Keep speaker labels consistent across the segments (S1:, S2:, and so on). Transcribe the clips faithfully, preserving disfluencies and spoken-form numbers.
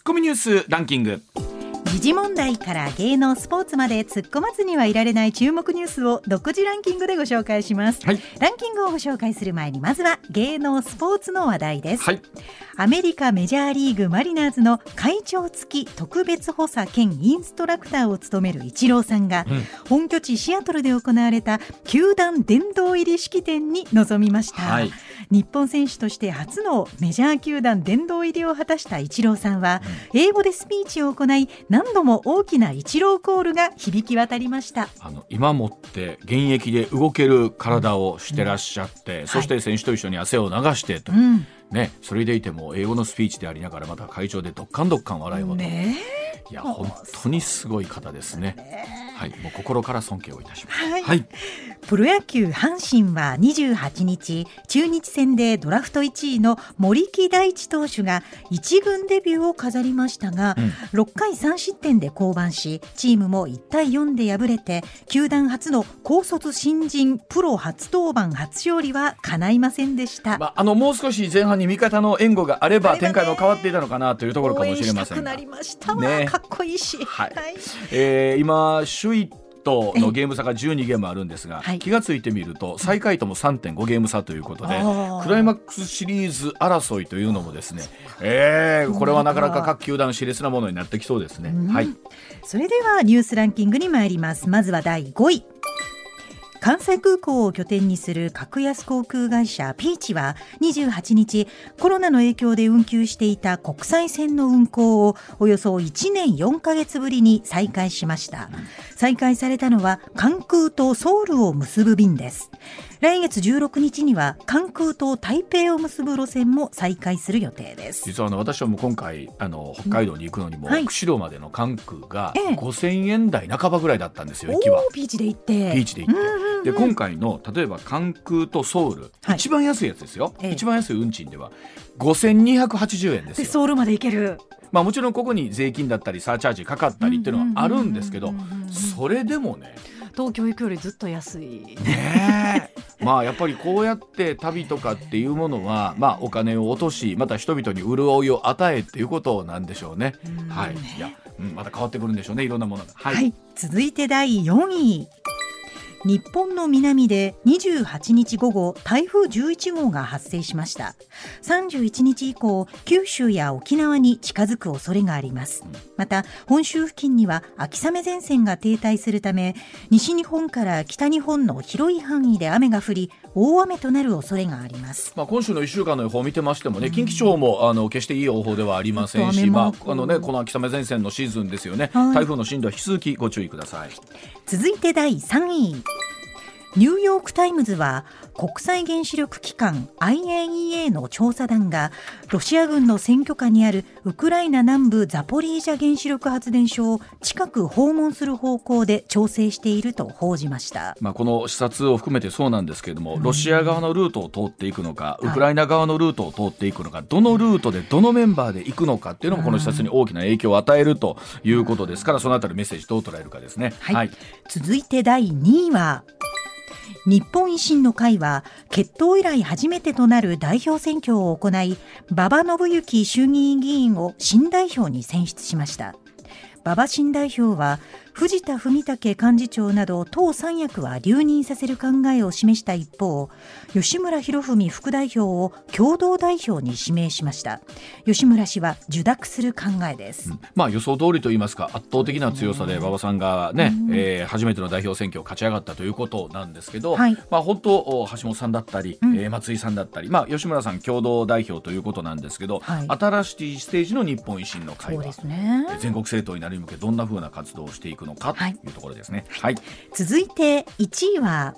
S1: コミニュースランキング。
S2: 時事問題から芸能スポーツまで突っ込まずにはいられない注目ニュースを独自ランキングでご紹介します、はい、ランキングをご紹介する前にまずは芸能スポーツの話題です、はい、アメリカメジャーリーグマリナーズの会長付き特別補佐兼インストラクターを務めるイチローさんが、うん、本拠地シアトルで行われた球団殿堂入り式典に臨みました、はい、日本選手として初のメジャー球団殿堂入りを果たしたイチローさんは、うん、英語でスピーチを行い何度も大きなイチローコールが響き渡りました。
S1: あの今もって現役で動ける体をしてらっしゃって、うん、そして選手と一緒に汗を流してと、うんね、それでいても英語のスピーチでありながらまた会長でどっかんどっかん笑いをと、ね、いや本当にすごい方ですね、はい、もう心から尊敬をいたします、はいはい、
S2: プロ野球阪神はにじゅうはちにち中日戦でドラフトいちいの森木大智投手が一軍デビューを飾りましたが、うん、ろっかいさんしってんで降板しチームもいちたいよんで敗れて球団初の高卒新人プロ初登板初勝利は叶いませんでした、
S1: まあ、あのもう少し前半に味方の援護があれば展開も変わっていたのかなというところかもしれませんが、応援したくな
S2: りましたわ、ね、かっこいいし、
S1: はいはい、えー、今首位とのゲーム差がじゅうにゲームあるんですが、はい、気がついてみると最下位とも さんてんご ゲーム差ということで、クライマックスシリーズ争いというのもですね、えー、これはなかなか各球団熾烈なものになってきそうですね、はい、
S2: それではニュースランキングに参ります。まずはだいごい、関西空港を拠点にする格安航空会社ピーチはにじゅうはちにちコロナの影響で運休していた国際線の運航をおよそいちねんよんかげつぶりに再開しました。再開されたのは関空とソウルを結ぶ便です。来月じゅうろくにちには関空と台北を結ぶ路線も再開する予定です。
S1: 実はあの私はもう今回あの北海道に行くのにも、はい、釧路までの関空がごせんえん台半ばぐらいだったんですよ、行きは。
S2: ピーチで行って
S1: ピーチで行って、うんうんうん、で今回の例えば関空とソウル、はい、一番安いやつですよ、ええ、一番安い運賃ではごせんにひゃくはちじゅうえんですよ。
S2: でソウルまで行ける。
S1: まあ、もちろんここに税金だったりサーチャージかかったりっていうのはあるんですけど、それでもね
S2: 東京行くよりずっと安い
S1: ねえまあやっぱりこうやって旅とかっていうものは、まあ、お金を落としまた人々に潤いを与えっていうことなんでしょうね。はい、いや、うん、また変わってくるんでしょうね、いろんなものが、はいはい、
S2: 続いてだいよんい、日本の南でにじゅうはちにち午後台風じゅういちごうが発生しました。さんじゅういちにち以降九州や沖縄に近づく恐れがあります。また本州付近には秋雨前線が停滞するため西日本から北日本の広い範囲で雨が降り大雨となる恐れがあります。
S1: まあ、今週のいっしゅうかんの予報を見てましてもね、うん、近畿地方もあの決していい予報ではありませんし、まああのね、この秋雨前線のシーズンですよね、はい、台風の進路は引き続きご注意ください。
S2: 続いてだいさんい、ニューヨークタイムズは国際原子力機関 アイエーイーエー の調査団がロシア軍の占拠下にあるウクライナ南部ザポリージャ原子力発電所を近く訪問する方向で調整していると報じました。
S1: まあ、この視察を含めてそうなんですけれども、うん、ロシア側のルートを通っていくのかウクライナ側のルートを通っていくのか、どのルートでどのメンバーで行くのかっていうのもこの視察に大きな影響を与えるということですから、そのあたりメッセージどう捉えるかですね。
S2: はい
S1: はい、
S2: 続いてだいにいは日本維新の会は結党以来初めてとなる代表選挙を行い、馬場伸幸衆議院議員を新代表に選出しました。馬場新代表は藤田文武幹事長など党三役は留任させる考えを示した一方、吉村洋文副代表を共同代表に指名しました。吉村氏は受諾する考えです、うん、
S1: まあ、予想通りといいますか圧倒的な強さで馬場さんが、ねうんえー、初めての代表選挙を勝ち上がったということなんですけど、はいまあ、本当橋本さんだったり、うんえー、松井さんだったり、まあ、吉村さん共同代表ということなんですけど、はい、新しいステージの日本維新の会は、そうですね、全国政党になるに向けどんな風な活動をしていくのかというところですね。はいはい、
S2: 続いていちいは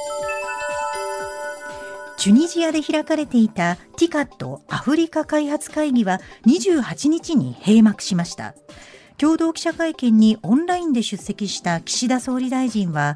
S2: チュニジアで開かれていたティカットアフリカ開発会議はにじゅうはちにちに閉幕しました。共同記者会見にオンラインで出席した岸田総理大臣は、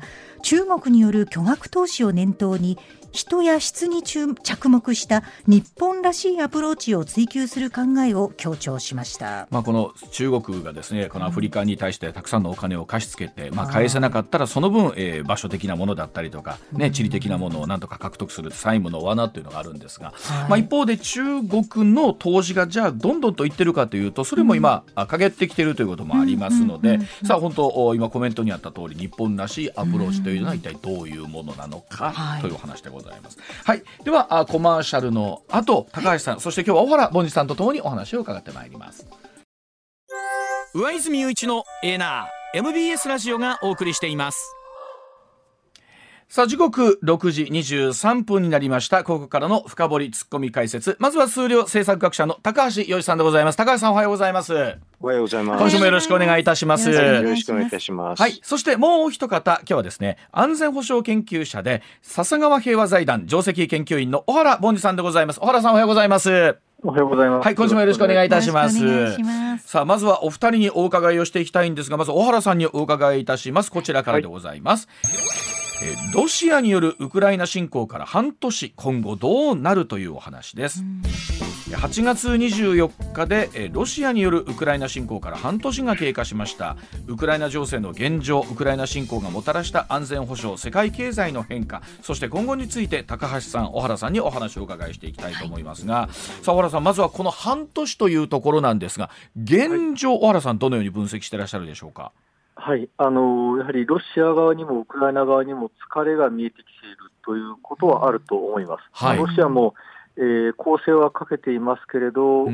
S2: 中国による巨額投資を念頭に人や質に着目した日本らしいアプローチを追求する考えを強調しました。
S1: まあ、この中国がですねこのアフリカに対してたくさんのお金を貸し付けて、まあ、返せなかったらその分、えー、場所的なものだったりとか、ね、地理的なものをなんとか獲得する債務の罠というのがあるんですが、はい、まあ、一方で中国の投資がじゃあどんどんといってるかというとそれも今、うん、陰ってきているということもありますので、さあ本当今コメントにあった通り日本らしいアプローチというのは一体どういうものなのかというお話でございます。はい、ではコマーシャルの後高橋さん、はい、そして今日は小原凡司さんとともにお話を伺ってまいります。
S3: 上泉雄一のエーナー エムビーエス ラジオがお送りしています。
S1: さあ時刻ろくじにじゅうさんぷんになりました。ここからの深掘りツッコミ解説、まずは数量政策学者の高橋洋一さんでございます。高橋さんおはようございます。
S4: おはようございます。
S1: 今週もよろしくお願いいたします。
S4: よろしくお願いいたします。
S1: はい、そしてもう一方今日はですね安全保障研究者で笹川平和財団上席研究員の小原凡司さんでございます。小原さんおはようございます。
S4: おはようございます。
S1: はい、今週もよろしくお願いいたします。さあまずはお二人にお伺いをしていきたいんですが、まず小原さんにお伺いいたします。こちらからでございます。はい、えロシアによるウクライナ侵攻から半年、今後どうなるというお話です。はちがつにじゅうよっかでロシアによるウクライナ侵攻から半年が経過しました。ウクライナ情勢の現状、ウクライナ侵攻がもたらした安全保障、世界経済の変化、そして今後について高橋さん、小原さんにお話をお伺いしていきたいと思いますが、はい、さあ小原さん、まずはこの半年というところなんですが、現状、はい、小原さんどのように分析していらっしゃるでしょうか。
S4: はい、あのやはりロシア側にもウクライナ側にも疲れが見えてきているということはあると思います。はい、ロシアも、えー、攻勢はかけていますけれど、うん、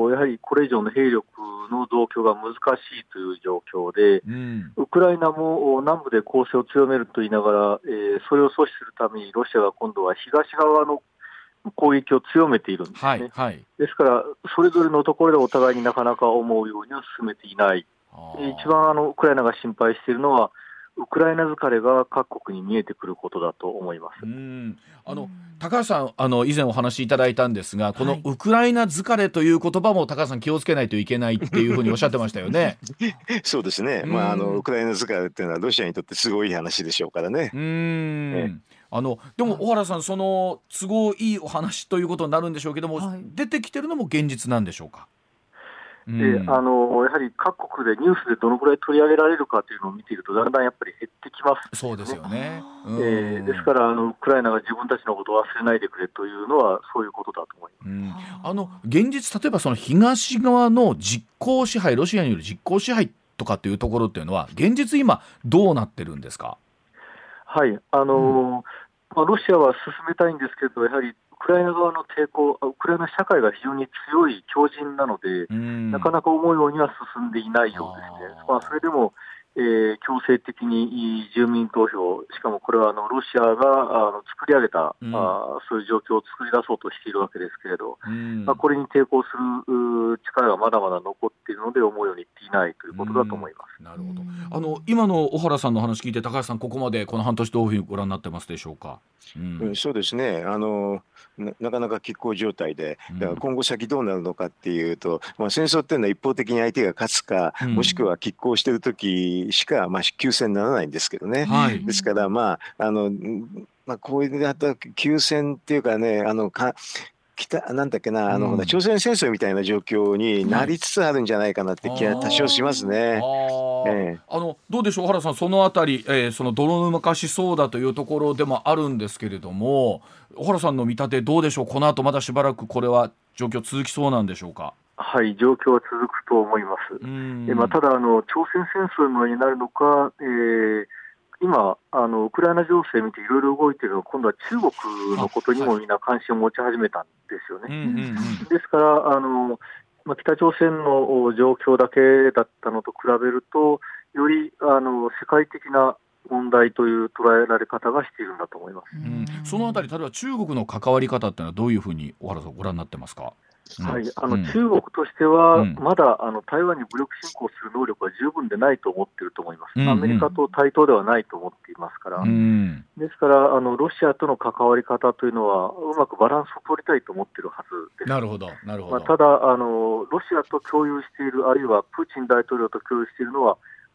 S4: やはりこれ以上の兵力の増強が難しいという状況で、うん、ウクライナも南部で攻勢を強めると言いながら、えー、それを阻止するためにロシアが今度は東側の攻撃を強めているんですね。はいはい、ですからそれぞれのところでお互いになかなか思うようには進めていない。一番あのウクライナが心配しているのはウクライナ疲れが各国に見えてくることだと思います。
S1: うん、あの高橋さん、あの以前お話しいただいたんですが、このウクライナ疲れという言葉も高橋さん気をつけないといけないっていうふうにおっしゃってましたよね。
S4: そうですね、まあ、あのウクライナ疲れっていうのはロシアにとってすごい話でしょうからね。
S1: うーん、ね、あのでも小原さん、その都合いいお話ということになるんでしょうけども、はい、出てきてるのも現実なんでしょうか。
S4: であのやはり各国でニュースでどのくらい取り上げられるかというのを見ているとだんだんやっぱり減ってきます。
S1: そうですよね。
S4: えー、ですからあのウクライナが自分たちのことを忘れないでくれというのはそういうことだと思います。うん、
S1: あの現実、例えばその東側の実効支配、ロシアによる実効支配とかっていうところっていうのは現実今どうなってるんですか。
S4: はい、あの、うんまあ、ロシアは進めたいんですけど、やはりウクライナ側の抵抗、ウクライナ社会が非常に強い強靭なので、なかなか思うようには進んでいないようですね。まあ、それでも、えー、強制的に住民投票、しかもこれはあのロシアがあの作り上げた、うん、あそういう状況を作り出そうとしているわけですけれど、うんまあ、これに抵抗する力がまだまだ残っているので思うようにいっていないということだと思います。
S1: うん、なるほど。あの今の小原さんの話聞いて高橋さん、ここまでこの半年どういうふうにご覧になってますでしょうか。
S4: うんうん、そうですね、あの な, なかなか拮抗状態で、だから今後先どうなるのかっていうと、まあ、戦争っていうのは一方的に相手が勝つか、うん、もしくは拮抗している時しか、まあ、休戦にならないんですけどね。はい、ですから、まああのまあ、こういうあと休戦っていうかね、あのか北なんだっけな、あの、うん、朝鮮戦争みたいな状況になりつつあるんじゃないかなって気が多少しますね。
S1: あ、ええ、あのどうでしょう、原さん、そのあたり、えー、その泥沼化しそうだというところでもあるんですけれども、小原さんの見立てどうでしょう。この後まだしばらくこれは状況続きそうなんでしょうか。
S4: はい、状況は続くと思います。え、まあ、ただあの朝鮮戦争のようになるのか、えー今あのウクライナ情勢を見ていろいろ動いているのは今度は中国のことにもみんな関心を持ち始めたんですよね。はいうんうんうん、ですからあの、まあ、北朝鮮の状況だけだったのと比べるとよりあの世界的な問題という捉えられ方がしているんだと思います。
S1: うん、そのあたり、例えば中国の関わり方っていうのはどういうふうに小原さんご覧になってますか。
S4: はい、あの中国としては、うん、まだあの台湾に武力侵攻する能力は十分でないと思っていると思います。うんうん、アメリカと対等ではないと思っていますから、うん、ですからあのロシアとの関わり方というのはうまくバランスを取りたいと思っているはずです。
S1: なるほどなるほど。
S4: まあ、ただあのロシアと共有している、あるいはプーチン大統領と共有しているのは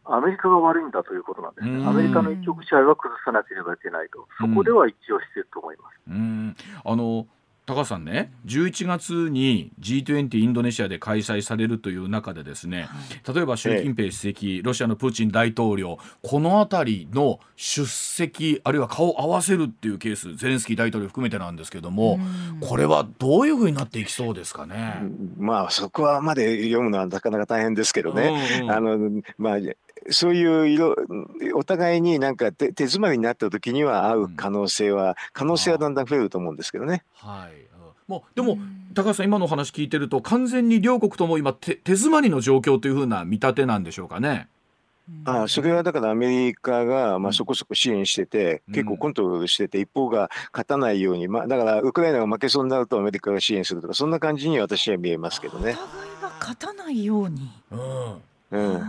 S4: アメリカが悪いんだということなんですね。アメリカの一極支配は崩さなければいけないと、そこでは一致をしていると思います。
S1: うん、あの高橋さんね、じゅういちがつに ジートゥエンティー インドネシアで開催されるという中でですね、はい、例えば習近平主席、ええ、ロシアのプーチン大統領、このあたりの出席あるいは顔を合わせるっていうケース、ゼレンスキー大統領含めてなんですけども、これはどういうふうになっていきそうですかね。
S5: うん、まあそこはまで読むのはなかなか大変ですけどね、うんうん、あのまあそういう色お互いになんか 手, 手詰まりになった時には会う可能性は、うん、可能性はだんだん増えると思うんですけどね。
S1: はい、もうでも高橋さん、今の話聞いてると完全に両国とも今 手, 手詰まりの状況というふうな見立てなんでしょうかね。
S5: ああ、それはだからアメリカがまあそこそこ支援してて、うん、結構コントロールしてて、一方が勝たないように、まあ、だからウクライナが負けそうになるとアメリカが支援するとか、そんな感じに私は見えますけどね。
S2: お互いが勝たないように、
S1: うんうんうん、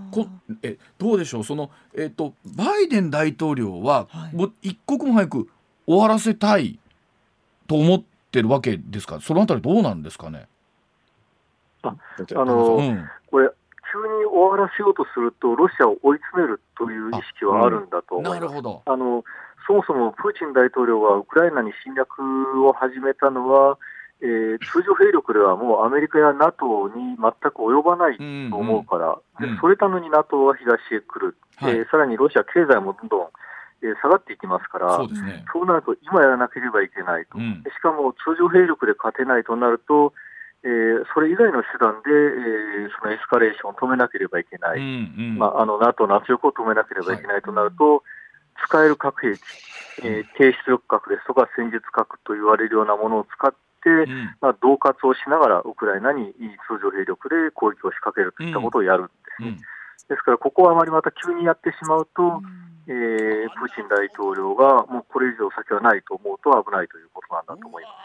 S1: こえどうでしょう、その、えー、とバイデン大統領は、はい、もう一刻も早く終わらせたいと思ってるわけですか。そのあたりどうなんですかね。
S4: ああの、うん、これ急に終わらせようとするとロシアを追い詰めるという意識はあるんだと思います。
S1: なるほど。
S4: あのそもそもプーチン大統領がウクライナに侵略を始めたのは、えー、通常兵力ではもうアメリカや ナトー に全く及ばないと思うから、うんうん、でそれたのに ナトー は東へ来る、はい、えー、さらにロシア経済もどんどん、えー、下がっていきますから、 そうですね、そうなると今やらなければいけないと、うん、しかも通常兵力で勝てないとなると、えー、それ以外の手段で、えー、そのエスカレーションを止めなければいけない、うんうん、まあ、あの ナトー の圧力を止めなければいけないとなると、はい、使える核兵器、えー、低出力核ですとか戦術核と言われるようなものを使ってうん、まあ、恫喝をしながらウクライナに通常兵力で攻撃を仕掛けるといったことをやるんですね、うんうん、ですからここはあまりまた急にやってしまうと、うん、えー、プーチン大統領がもうこれ以上先はないと思うと危ないということなんだと思います。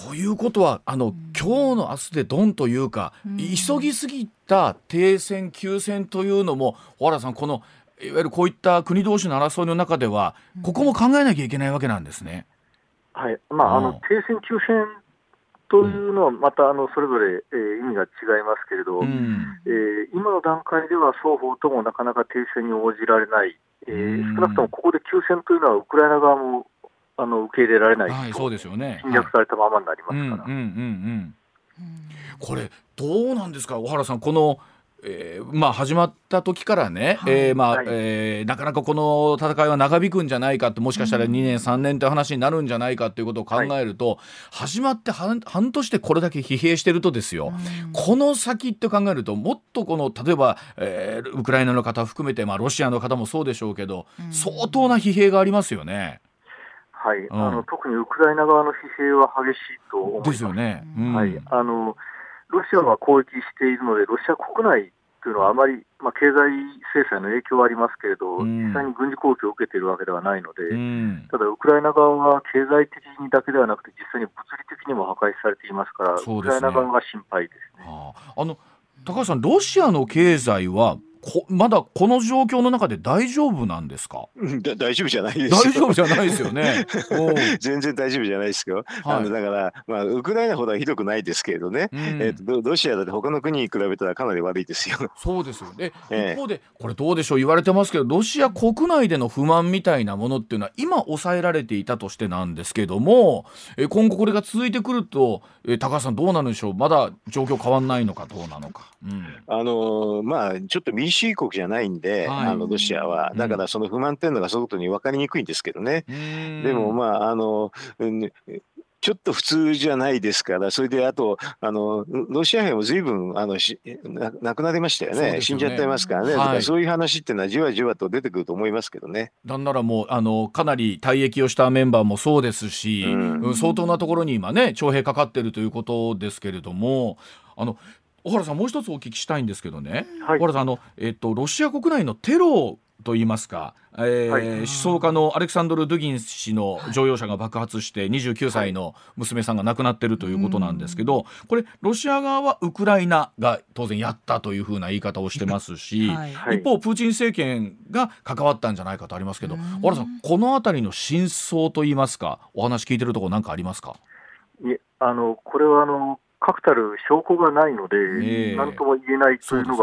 S1: ということはあの今日の明日でドンというか、うん、急ぎすぎた停戦休戦というのも小原さん、このいわゆるこういった国同士の争いの中ではここも考えなきゃいけないわけなんですね。
S4: はい、まあ、あの停戦休戦というのはまたあのそれぞれ、えー、意味が違いますけれど、うん、えー、今の段階では双方ともなかなか停戦に応じられない、えー、少なくともここで休戦というのはウクライナ側もあの受け入れられない、はい、そうですよね、侵略されたままになりますから、
S1: これどうなんですか小原さん、このえーまあ、始まった時からね、はい、えーまあはい、えー、なかなかこの戦いは長引くんじゃないかって、もしかしたらにねんさんねんという話になるんじゃないかということを考えると、はい、始まって半, 半年でこれだけ疲弊してるとですよ、この先って考えるともっとこの例えば、えー、ウクライナの方含めて、まあ、ロシアの方もそうでしょうけど、相当な疲弊がありますよね。
S4: はい、うん、あの特にウクライナ側の疲弊は激しいと思います。
S1: ですよね、うん、
S4: はい、あのロシアは攻撃しているのでロシア国内というのはあまり、まあ、経済制裁の影響はありますけれど、うん、実際に軍事攻撃を受けているわけではないので、うん、ただウクライナ側は経済的にだけではなくて実際に物理的にも破壊されていますから、ね、ウクライナ側が心配ですね。
S1: はあ、あの高橋さん、ロシアの経済はこまだこの状況の中で大丈夫なんですか。
S5: だ大丈夫じゃないです
S1: よ。大丈夫じゃないですよね。
S5: 全然大丈夫じゃないですよ、はい、あのだから、まあ、ウクライナほどはひどくないですけれどね、うん、えー、とロシアだって他の国に比べたらかなり悪いですよ。
S1: そうですよね、えー、一方でこれどうでしょう、言われてますけど、ロシア国内での不満みたいなものっていうのは今抑えられていたとしてなんですけども、えー、今後これが続いてくると、えー、高橋さんどうなるんでしょう。まだ状況変わんないのかどうなのか、うん、あの
S5: ー、まあちょっと民主主義国じゃないんで、はい、あのロシアはだからその不満っていうのがそういうことに分かりにくいんですけどね、うん、でもまああの、うん、ちょっと普通じゃないですから、それであとあのロシア兵も随分あのしな亡くなりましたよ ね, よね死んじゃってますからね、はい、だからそういう話っていうのはじわじわと出てくると思いますけどね。
S1: なんならもうあのかなり退役をしたメンバーもそうですし、うん、相当なところに今ね徴兵かかってるということですけれども、あの小原さんもう一つお聞きしたいんですけどね、はい、小原さんあの、えっと、ロシア国内のテロといいますか、えーはい、思想家のアレクサンドル・ドゥギン氏の乗用車が爆発してにじゅうきゅうさいの娘さんが亡くなっているということなんですけど、これロシア側はウクライナが当然やったというふうな言い方をしてますし、はい、一方プーチン政権が関わったんじゃないかとありますけど、小原さんこのあたりの真相といいますかお話聞いてるところ何かありますか。
S4: いえ、あのこれはあの確たる証拠がないので、えー、何とも言えないというのが、ね、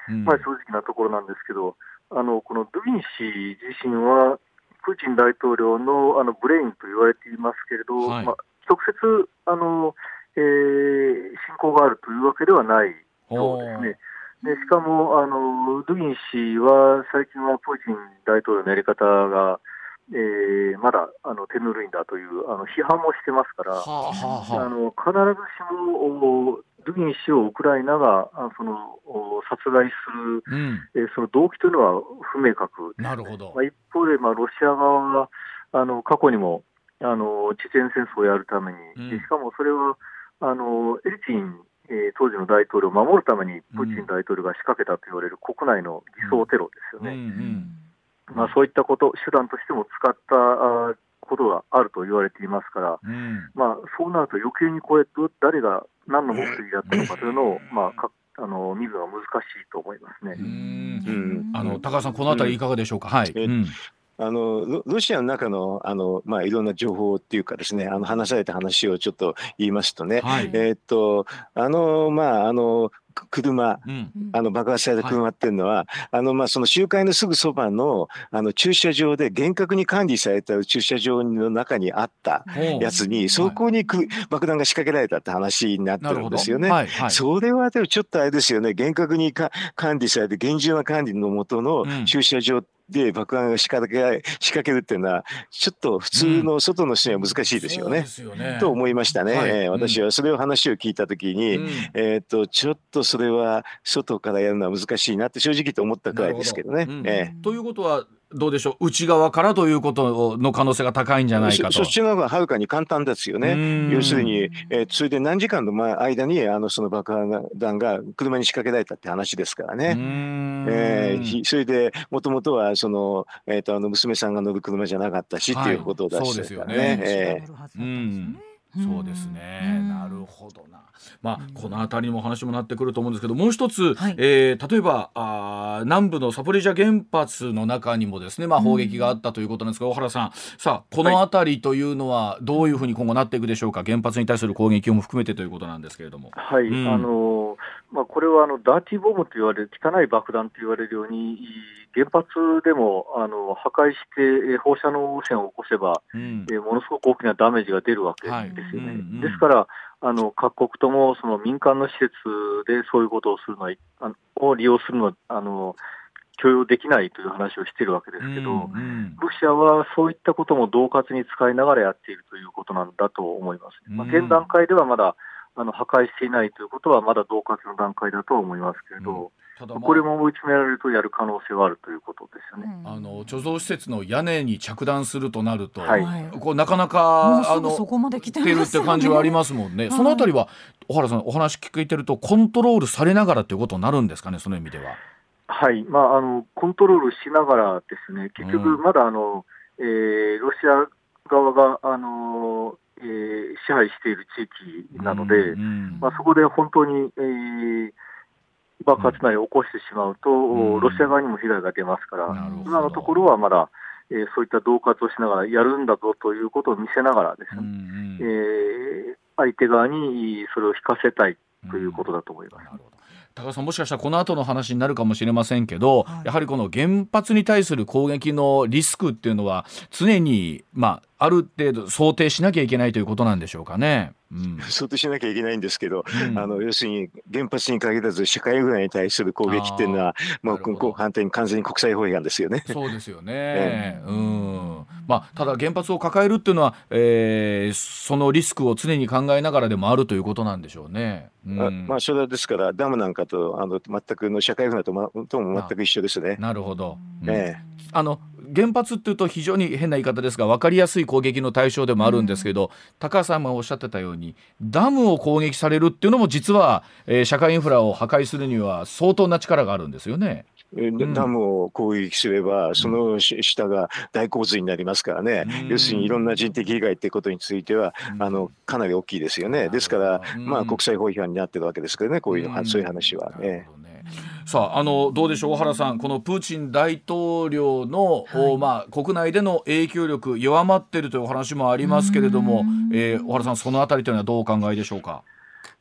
S4: うん、まあ、正直なところなんですけど、あのこのドゥギン氏自身はプーチン大統領 の, あのブレインと言われていますけれど、はい、まあ、直接あの、えー、親交があるというわけではないそうですね。でしかもあのドゥギン氏は最近はプーチン大統領のやり方が、えー、まだあの手ぬるいんだというあの批判もしてますから、はあはあ、あの必ずしもドゥギン氏をウクライナがその殺害する、うん、えー、その動機というのは不明確ですね。なるほど。まあ、一方で、まあ、ロシア側はあの過去にもあのチェチェン戦争をやるために、うん、しかもそれはあのエリツィンえー、当時の大統領を守るためにプーチン大統領が仕掛けたと言われる国内の偽装テロですよね。うんうんうん、まあ、そういったこと、手段としても使ったことがあると言われていますから、うん、まあ、そうなると余計にこれ誰が何の目的だったのかというのを、まあ、かあの見るのは難しいと思いますね。うん、
S1: うん、あの高橋さん、このあたりいかがでしょうか。うん、はい。うん、
S5: あの ロ, ロシアの中の、あの、まあ、いろんな情報っていうかですね、あの話された話をちょっと言いますとね、はい、えー、っとあのまああの車、うん、あの爆発された車っていうのは、はい、あのまあその集会のすぐそばのあの駐車場で厳格に管理された駐車場の中にあったやつに、そこにく、はい、爆弾が仕掛けられたって話になってるんですよね。はいはい、それはでもちょっとあれですよね、厳格にか管理されて厳重な管理のもとの駐車場で爆弾を仕掛け、仕掛けるっていうのはちょっと普通の外の人には難しいですよね、うん、そうですよねと思いましたね。はい、えー、私はそれを話を聞いたときに、うん、えー、っとちょっとそれは外からやるのは難しいなって正直と思ったくらいですけどね。
S1: ど、うん、
S5: え
S1: ー、ということはどうでしょう、内側からということの可能性が高いんじゃないかと。
S5: そ, そっちの方がはるかに簡単ですよね。要するに、えー、それで何時間の間にあのその爆弾が車に仕掛けられたって話ですからね。えー、それでもともとはその、えー、とあの娘さんが乗る車じゃなかったし、はい、っていうことを出してたからね。えー、うん
S1: そうですね、なるほどな。まあ、この辺りの話もなってくると思うんですけど、もう一つ、はい、えー、例えばあ南部のザポリージャ原発の中にもですね、まあ、砲撃があったということなんですが、大原さん、さあこの辺りというのはどういうふうに今後なっていくでしょうか。原発に対する攻撃も含めてということなんですけれども。
S4: はい、うん、あのまあ、これはあのダーティーボムと言われる汚い爆弾と言われるように、原発でもあの破壊して放射能汚染を起こせば、うん、えものすごく大きなダメージが出るわけですよね。はい、うんうん、ですからあの各国ともその民間の施設でそういうことをするのはあのを利用するのはあの許容できないという話をしているわけですけど、うんうん、ロシアはそういったことも恫喝に使いながらやっているということなんだと思います。まあ、現段階ではまだあの破壊していないということはまだ恫喝の段階だと思いますけれど、うん、ただまあ、これも追い詰められるとやる可能性はあるということですよね。
S1: あの貯蔵施設の屋根に着弾するとなると、はい、こうなかなかあのそこまで来てるって感じはありますもんね。はい、そのあたりは小原さんお話聞いてるとコントロールされながらということになるんですかね、その意味では。
S4: はい、まあ、あのコントロールしながらですね、結局まだあの、うん、えー、ロシア側があのえー、支配している地域なので、うんうん、まあ、そこで本当に、えー、爆発なりを起こしてしまうと、うん、ロシア側にも被害が出ますから、今のところはまだ、えー、そういった恫喝をしながらやるんだぞということを見せながらですね、うんうん、えー、相手側にそれを引かせたいということだと思います。うん、
S1: 高橋さん、もしかしたらこの後の話になるかもしれませんけど、はい、やはりこの原発に対する攻撃のリスクっていうのは常に、まあ、ある程度想定しなきゃいけないということなんでしょうかね。うん、
S5: 想定しなきゃいけないんですけど、うん、あの要するに原発に限らず社会インフラに対する攻撃っていうのはもう反対に完全に国際法違反ですよね。
S1: そうですよね。えーうんまあ、ただ原発を抱えるっていうのは、えー、そのリスクを常に考えながらでもあるということなんでしょうね。うん、
S5: あまあ、それはですからダムなんかとあの全くの社会インフラと、ま、とも全く一緒ですね。
S1: なるほど、
S5: うんえー、
S1: あの原発っていうと非常に変な言い方ですが分かりやすい攻撃の対象でもあるんですけど、うん、高橋さんがおっしゃってたようにダムを攻撃されるっていうのも実は、えー、社会インフラを破壊するには相当な力があるんですよね。
S5: うん、ダムを攻撃すればその下が大洪水になりますからね、うん、要するにいろんな人的被害ってことについては、うん、あのかなり大きいですよね。ですから、うんまあ、国際法違反になってるわけですけどね、こういう、うん、そういう話はね。
S1: さあ、あのどうでしょう、小原さん、このプーチン大統領の、はいまあ、国内での影響力弱まっているというお話もありますけれども、えー、小原さん、そのあたりというのはどうお考えでしょうか。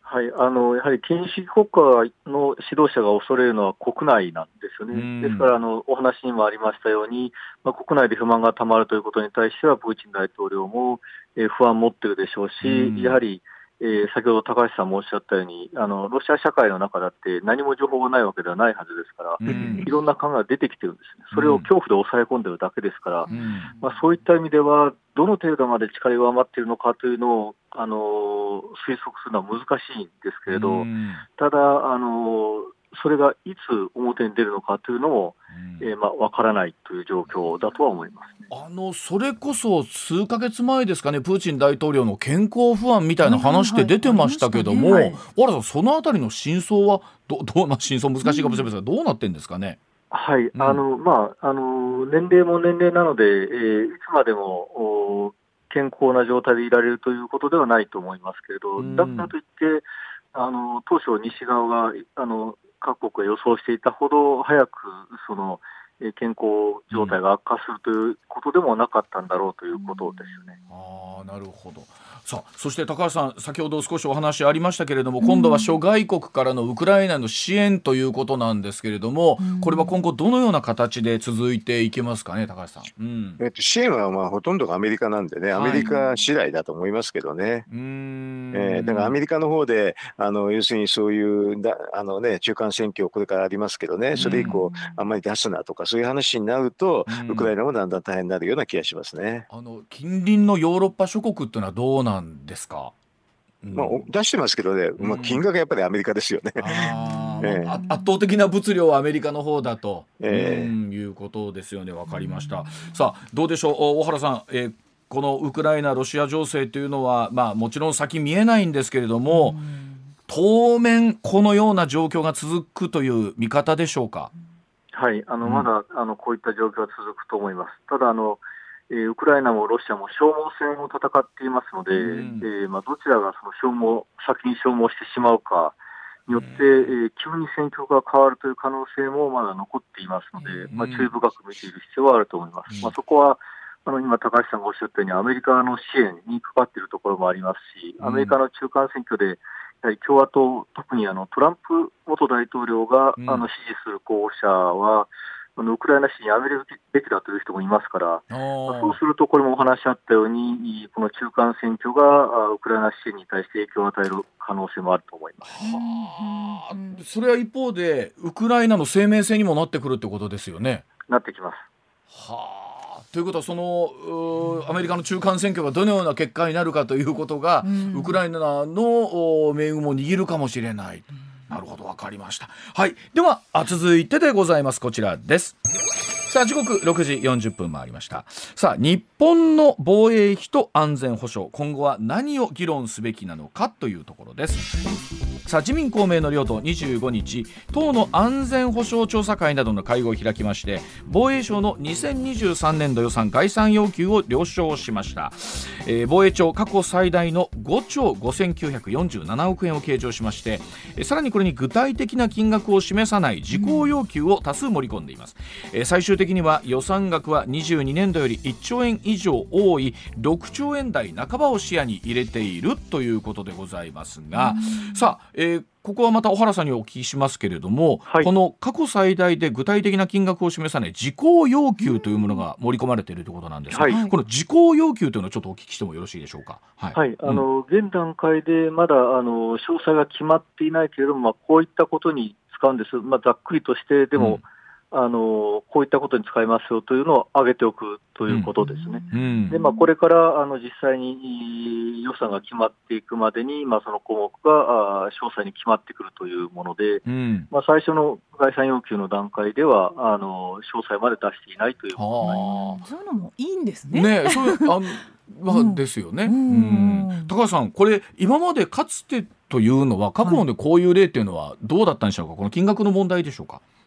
S4: はい、あのやはり権威主義国家の指導者が恐れるのは国内なんですよね。ですからあのお話にもありましたように、まあ、国内で不満がたまるということに対してはプーチン大統領も、えー、不安を持っているでしょうし、やはり、えー、先ほど高橋さんもおっしゃったようにあのロシア社会の中だって何も情報がないわけではないはずですから、いろんな考えが出てきてるんですね。それを恐怖で抑え込んでいるだけですから、まあ、そういった意味ではどの程度まで力が弱まっているのかというのをあの推測するのは難しいんですけれど、ただあのそれがいつ表に出るのかというのも、えーまあ、分からないという状況だとは思います、ね、
S1: あのそれこそ数ヶ月前ですかね、プーチン大統領の健康不安みたいな話って出てましたけども、はいはいね、小原さんそのあたりの真相は ど, どうな真相難しいかもしれませんが、うん、どうなってるんですかね。
S4: はい、うん、あのまあ、あの年齢も年齢なので、えー、いつまでも健康な状態でいられるということではないと思いますけれど、うん、だからといってあの当初西側があの各国が予想していたほど早くその健康状態が悪化するということでもなかったんだろうということですよね。
S1: うん、あ、なるほど。さあ、そして高橋さん、先ほど少しお話ありましたけれども、今度は諸外国からのウクライナの支援ということなんですけれども、うん、これは今後どのような形で続いていけますかね、高橋さん。うん、
S5: えっと、支援はまあほとんどがアメリカなんでね、アメリカ次第だと思いますけどね、はい、うーん、えー、だからアメリカの方であの要するにそういうだあの、ね、中間選挙これからありますけどね、それ以降あんまり出すなとかそういう話になると、ウクライナもだんだん大変になるような気がしますね。
S1: あの近隣のヨーロッパ諸国っていうのはどうなんですか。
S5: まあ、出してますけどね、まあ、金額はやっぱりアメリカですよね。
S1: あ、えー、圧倒的な物量はアメリカの方だと、えー、うんいうことですよね。わかりました。さあどうでしょう、大原さん、えー、このウクライナロシア情勢というのは、まあ、もちろん先見えないんですけれども、当面このような状況が続くという見方でしょうか。
S4: はい、あのまだ、うん、あのこういった状況は続くと思います。ただあのえー、ウクライナもロシアも消耗戦を戦っていますので、うんえーまあ、どちらがその消耗先に消耗してしまうかによって、うんえー、急に戦況が変わるという可能性もまだ残っていますので、うんまあ、注意深く見ている必要はあると思います、うんまあ、そこはあの今高橋さんがおっしゃったようにアメリカの支援にかかっているところもありますし、アメリカの中間選挙でやはり共和党、特にあのトランプ元大統領が、うん、あの支持する候補者はウクライナ支援やめるべきだという人もいますから、そうするとこれもお話あったようにこの中間選挙がウクライナ支援に対して影響を与える可能性もあると思います。
S1: はあ、それは一方でウクライナの生命線にもなってくるってことですよね。
S4: なってきます。
S1: はあ、ということはそのアメリカの中間選挙がどのような結果になるかということが、うん、ウクライナの命運も握るかもしれない。なるほど、わかりました。はい、では続いてでございます。こちらです。さあ時刻ろくじよんじゅっぷん回りました。さあ日本の防衛費と安全保障、今後は何を議論すべきなのかというところです。さあ自民公明の両党にじゅうごにち、党の安全保障調査会などの会合を開きまして、防衛省のにせんにじゅうさんねんど予算概算要求を了承しました。えー、防衛庁過去最大のごちょうごせんきゅうひゃくよんじゅうななおくえんを計上しまして、えー、さらにこれに具体的な金額を示さない事項要求を多数盛り込んでいます。えー、最終的には予算額はにじゅうにねんどよりいっちょうえん以上多いろくちょうえん台半ばを視野に入れているということでございますが、さあ、えー、ここはまた小原さんにお聞きしますけれども、はい、この過去最大で具体的な金額を示さない事項要求というものが盛り込まれているということなんですが、はい、この事項要求というのをちょっとお聞きしてもよろしいでしょうか。
S4: はい、はい、あの現段階でまだあの詳細が決まっていないけれども、まあ、こういったことに使うんです、まあ、ざっくりとしてでも、うん、あのこういったことに使いますよというのを挙げておくということですね。うんうん、でまあ、これからあの実際に予算が決まっていくまでに、まあ、その項目があ詳細に決まってくるというもので、うん、まあ、最初の概算要求の段階ではあの詳細まで出していないということになります。
S2: そういうのもいいんですね。
S1: ね、そういうあのまあ、ですよね。うんうん、高橋さん、これ今までかつてというのは過去のこういう例っていうのはどうだったんでしょうか。この金額の問題でしょうか。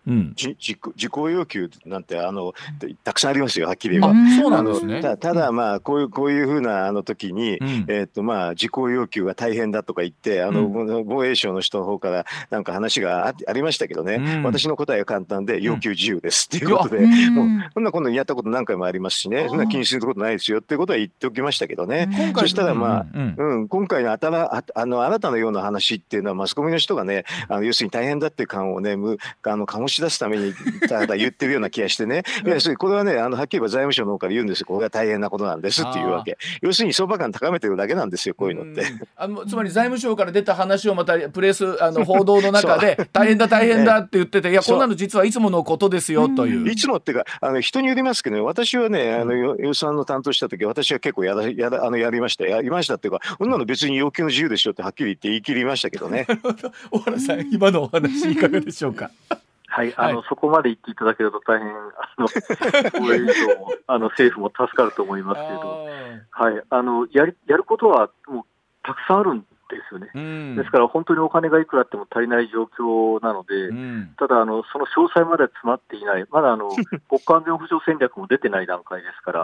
S5: うん、じ自己要求なんてあのたくさんありますよ、はっきり言えば。
S1: そうなんですね。
S5: た, ただまあこういうこういうふうなあの時に、うん、えー、とまあ自己要求が大変だとか言ってあの、うん、防衛省の人の方からなんか話が あ, ありましたけどね、うん、私の答えは簡単で要求自由ですっていうことで、うん、もうこんなこんなやったこと何回もありますしね、そんな気にすることないですよっていうことは言っておきましたけどね。今回そしたらまあ、うんうん、今回の新ああの新たなような話っていうのはマスコミの人がね、あの要するに大変だっていう感をねむあの醸し出すためにただ言ってるような気がしてねいやこれはねあのはっきり言えば財務省の方から言うんですよ、これは大変なことなんですっていうわけ。要するに相場感高めてるだけなんですよ、こういうのって。
S1: あのつまり財務省から出た話をまたプレスあの報道の中で大変だ大変だって言ってて、いやこんなの実はいつものことですよという。
S5: いつもっていうかあの人によりますけど、ね、私はねあの予算の担当した時私は結構やらやらあのやりましたやりましたっていうか、こんなの別に要求の自由でしょってはっきり言って言い切りましたけどね。
S1: 小原さん、今のお話いかがでしょうか。
S4: はい、あの、はい、そこまで言っていただけると大変、あの、防衛省も、あの、政府も助かると思いますけど、はい、あの、やり、やることはもうたくさんあるんですよね。うん、ですから本当にお金がいくらあっても足りない状況なので、うん、ただあの、その詳細までは詰まっていない、まだあの、国家安全保障戦略も出てない段階ですから、うん、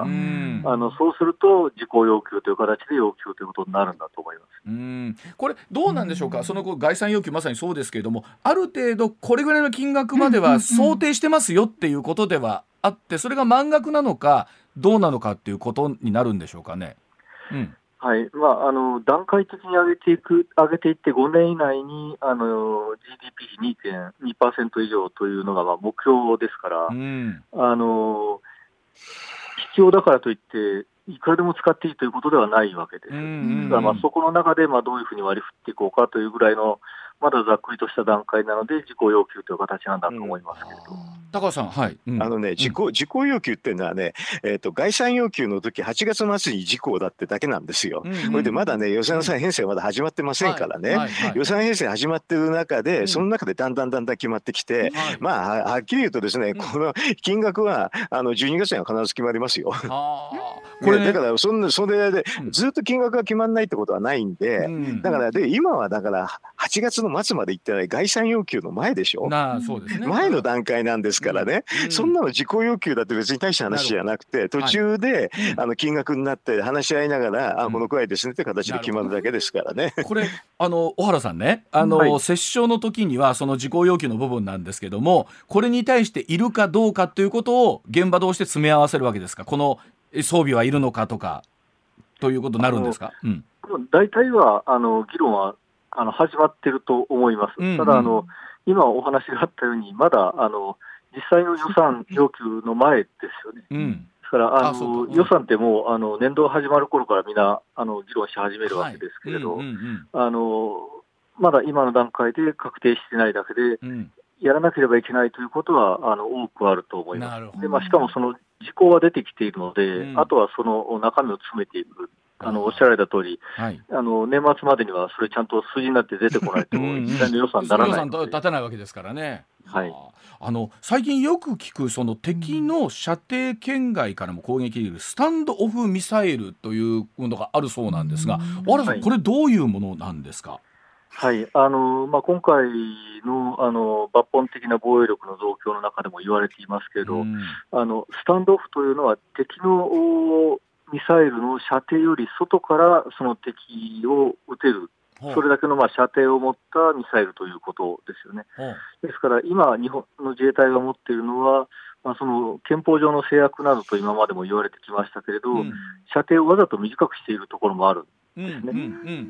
S4: あの、そうすると、自己要求という形で要求ということになるんだと思います。
S1: うん、これどうなんでしょうか、その概算要求まさにそうですけれども、ある程度これぐらいの金額までは想定してますよっていうことではあって、それが満額なのかどうなのかっていうことになるんでしょうかね。うん、
S4: はい、まあ、あの段階的に上げていく上げていってごねん以内にあの ジーディーピー比 にてんにパーセント 以上というのがまあ目標ですから、うん、あの必要だからといっていくらでも使っていいということではないわけです。うんうんうん、だからまあそこの中でまあどういうふうに割り振っていこうかというぐらいのまだざっくりとした段階なので自己要求という形なんだと思いますけれど、うん、
S1: 高橋さん、はい、
S5: うん、あのね自己、自己要求っていうのはね、えーと、概算要求の時はちがつ末に事項だってだけなんですよ、うんうん、これでまだね予算編成はまだ始まってませんからね、はいはいはい、予算編成始まってる中で、うん、その中でだんだんだんだん決まってきて、うん、まあはっきり言うとですね、うん、この金額はあのじゅうにがつには必ず決まりますよ。あこれ、ね、だからそんなそれでずっと金額が決まらないってことはないんで、うん、だからで今はだからはちがつの末まで行ってない概算要求の前でしょ。
S1: なそうですね、
S5: 前の段階なんですからね、うん、そんなの自己要求だって別に大した話じゃなくて、途中で、はい、あの金額になって話し合いながら、うん、あこのくらいですねって形で決まるだけですからね。
S1: これあの小原さんね、あの、はい、折衝の時にはその自己要求の部分なんですけども、これに対しているかどうかということを現場同士で詰め合わせるわけですか。この装備はいるのかとかということになるんですか。うん、
S4: 大体はあの議論はあの始まっていると思います。うんうん、ただあの今お話があったようにまだあの実際の予算要求の前ですよね。うん、ですからあのあ予算ってもうあの年度始まる頃からみんなあの議論し始めるわけですけれど、あのまだ今の段階で確定してないだけで、うん、やらなければいけないということはあの多くあると思います。で、まあ、しかもその事項は出てきているので、うん、あとはその中身を詰めていく。あのおっしゃられた通り、はい、あの年末までにはそれちゃんと数字になって出てこないと実際の予算にならないので、
S1: 予算立てないわけですからね。
S4: はい、
S1: あの最近よく聞くその敵の射程圏外からも攻撃できるスタンドオフミサイルというものがあるそうなんですが、小原さん、はい、これどういうものなんですか。
S4: はいあのまあ、今回 の, あの抜本的な防衛力の増強の中でも言われていますけれど、あのスタンドオフというのは敵のミサイルの射程より外からその敵を撃てる、それだけのまあ射程を持ったミサイルということですよね。ですから今日本の自衛隊が持っているのは、まあ、その憲法上の制約などと今までも言われてきましたけれど、うん、射程をわざと短くしているところもあるんですね。うんうんうん、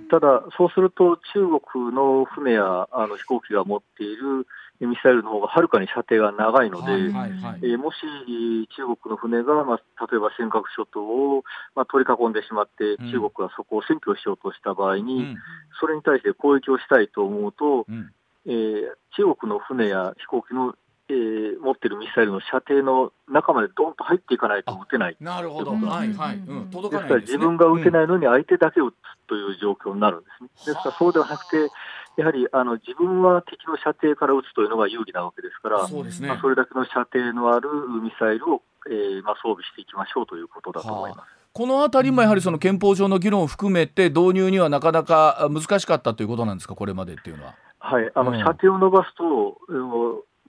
S4: ただそうすると中国の船やあの飛行機が持っているミサイルの方がはるかに射程が長いので、はいはいはい、えー、もし中国の船が、まあ、例えば尖閣諸島を、まあ、取り囲んでしまって中国がそこを占拠しようとした場合に、うん、それに対して攻撃をしたいと思うと、うん、えー、中国の船や飛行機の、えー、持っているミサイルの射程の中までドンと入っていかないと撃てない。
S1: なるほど、はいはい、うん、届かないですね。
S4: ですから自分が撃てないのに相手だけを撃つという状況になるんですね。ですからそうではなくて、やはりあの自分は敵の射程から撃つというのが有利なわけですから、そうですね、まあ、それだけの射程のあるミサイルを、えーまあ、装備していきましょうということだと思います。はあ、
S1: このあたりもやはりその憲法上の議論を含めて導入にはなかなか難しかったということなんですか、これまでっていうのは。
S4: はい、あの、うん、射程を伸ばすと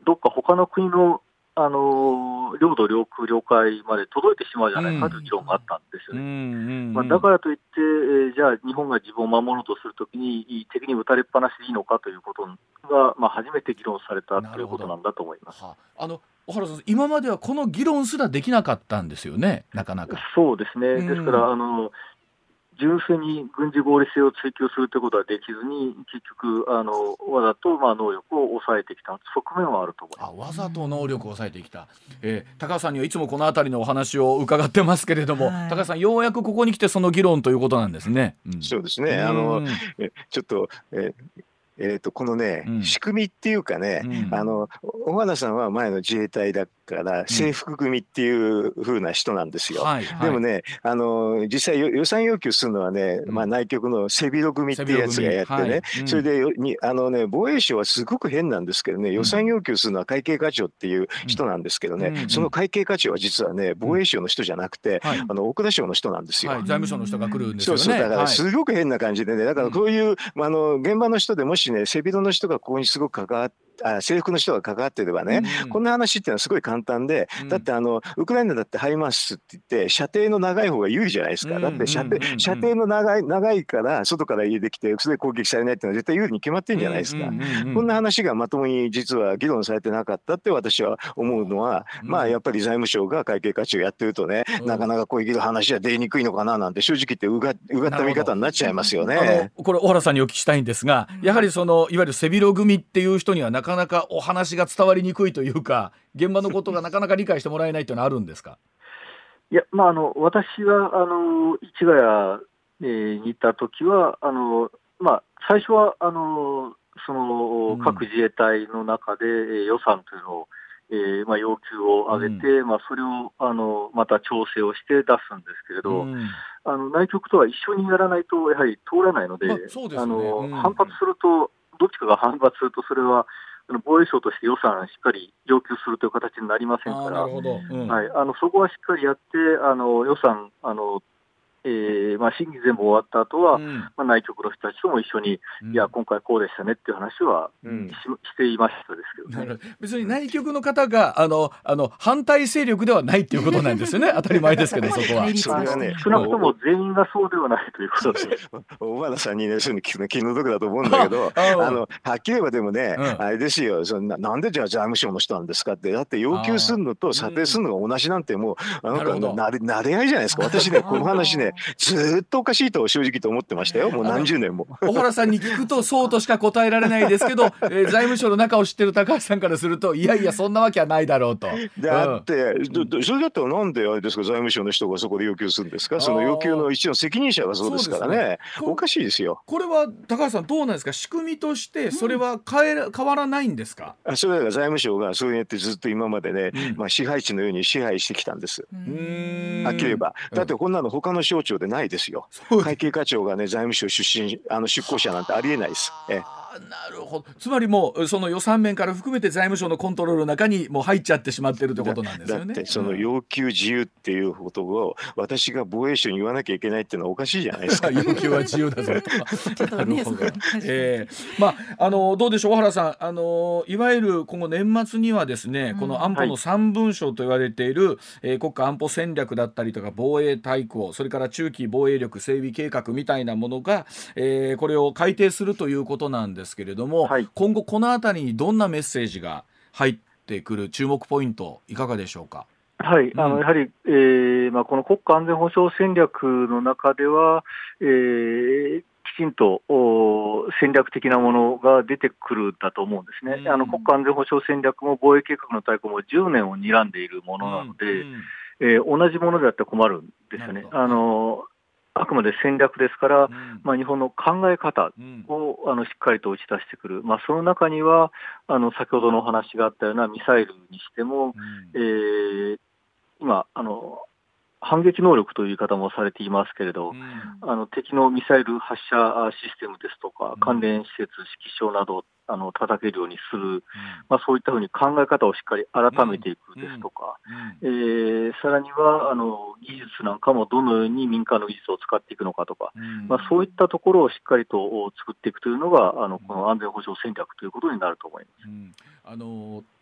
S4: どっか他の国のあの領土、領空、領海まで届いてしまうじゃないかという議論があったんですよね。うんうんうんまあ、だからといって、えー、じゃあ日本が自分を守ろうとするときに敵に撃たれっぱなしでいいのかということが、まあ、初めて議論されたということなんだと思います。
S1: あの小原さん、今まではこの議論すらできなかったんですよね、なかなか。
S4: そうですね、ですから、うん、あの純粋に軍事合理性を追求するということはできずに、結局あのわざとまあ能力を抑えてきた側面はあると思います。
S1: あ、わざと能力を抑えてきた、えー、高橋さんにはいつもこのあたりのお話を伺ってますけれども、はい、高橋さん、ようやくここに来てその議論ということなんですね。
S5: うん、そうですね、あのえちょっと、えーえー、とこのね、うん、仕組みっていうかね、うん、あの小原さんは前の自衛隊だから制服組っていう風な人なんですよ、うんはいはい、でもねあの実際予算要求するのはね、うんまあ、内局の背広組っていうやつがやってね、はいうん、それでにあの、ね、防衛省はすごく変なんですけどね、予算要求するのは会計課長っていう人なんですけどね、うん、その会計課長は実はね防衛省の人じゃなくて、うん、あの大蔵省の人なんですよ、はい、
S1: 財務省の人が来るんですよね。
S5: そうそう、だからすごく変な感じでね、だからこういう、うん、あの現場の人でもしね背広の人がここにすごく関わってあ制服の人が関わっていればね、うん、こんな話っていうのはすごい簡単で、うん、だってあのウクライナだってハイマースって言って射程の長い方が有利じゃないですか、うん、だって射程、うん、射程の長い、長いから外から家できてそれで攻撃されないっていうのは絶対有利に決まってるんじゃないですか、うんうんうんうん、こんな話がまともに実は議論されてなかったって私は思うのは、うん、まあやっぱり財務省が会計課長やってるとね、うん、なかなかこういう話は出にくいのかななんて正直言ってうが、うがった見方になっちゃいますよね。
S1: これ小原さんにお聞きしたいんですが、やはりそのいわゆる背広組っていう人にはなかなかお話が伝わりにくいというか、現場のことがなかなか理解してもらえないというのはあるんですか？
S4: いや、まあ、あの私はあの市ヶ谷、えー、にいたときはあの、まあ、最初はあのその各自衛隊の中で、うん、予算というのを、えーまあ、要求を上げて、うんまあ、それをあのまた調整をして出すんですけれど、うん、あの内局とは一緒にやらないとやはり通らないので、まあそうですね、あのうん、反発するとどっちかが反発するとそれは防衛省として予算しっかり要求するという形になりませんから、うんはい、あのそこはしっかりやってあの予算あのえーまあ、審議全部終わった後は、うんまあ、内局の人たちとも一緒に、うん、いや今回こうでしたねっていう話は、うん、し, していましたですけどね。
S1: 別に内局の方があのあの反対勢力ではないっていうことなんですよね当たり前ですけどそこは
S4: それは、ね、少なくとも全員がそうではないということで
S5: 小原さんにねそういうの聞くの気の毒だと思うんだけどあのはっきり言えばでもね、うん、あれですよそな, なんでじゃあ財務省の人なんですかってだって要求するのと査定するのが同じなんてもうあなんかなれ慣れ合いじゃないですか。私ねこの話ねずっとおかしいと正直と思ってましたよ。もう何十年も
S1: 小原さんに聞くとそうとしか答えられないですけど、えー、財務省の中を知ってる高橋さんからするといやいやそんなわけはないだろうと。
S5: だって、うん、それだったらなんであれですか財務省の人がそこで要求するんですか。その要求の一の責任者がそうですから ね, ねおかしいですよ。
S1: これは高橋さんどうなんですか。仕組みとしてそれは変えら、変わらないんですか。
S5: あそれが財務省がそうやってずっと今までね、うんまあ、支配地のように支配してきたんです。うーんはっきり言えばだってこんなの他の省庁でないですよ。会計課長がね財務省出身あの出向者なんてありえないです。え
S1: なるほど。つまりもうその予算面から含めて財務省のコントロールの中にもう入っちゃってしまってるってことなんですよね。
S5: だってその要求自由っていうことを私が防衛省に言わなきゃいけないっていうのはおかしいじゃないですか。
S1: 要求は自由だぞとなるほど、えー、まああのどうでしょう小原さんあのいわゆる今後年末にはですね、うん、この安保の三文書と言われている、はいえー、国家安保戦略だったりとか防衛大綱それから中期防衛力整備計画みたいなものが、えー、これを改定するということなんですけれども、はい、今後このあたりにどんなメッセージが入ってくる注目ポイントいかがでしょうか。
S4: はい、あのやはり、えーまあ、この国家安全保障戦略の中では、えー、きちんと戦略的なものが出てくるんだと思うんですね、うん、あの国家安全保障戦略も防衛計画の大綱もじゅうねんを睨んでいるものなので、うんうんえー、同じものであって困るんですよね。あのあくまで戦略ですから、うんまあ、日本の考え方を、うん、あのしっかりと打ち出してくる、まあ、その中にはあの先ほどのお話があったようなミサイルにしても、うんえー、今あの反撃能力という言い方もされていますけれど、うん、あの敵のミサイル発射システムですとか、うん、関連施設、指揮所などあの叩けるようにする、うんまあ、そういったふうに考え方をしっかり改めていくですとか、うんうんえー、さらにはあの技術なんかもどのように民間の技術を使っていくのかとか、うんまあ、そういったところをしっかりと作っていくというのがあのこの安全保障戦略ということになると思います。うん、
S1: あの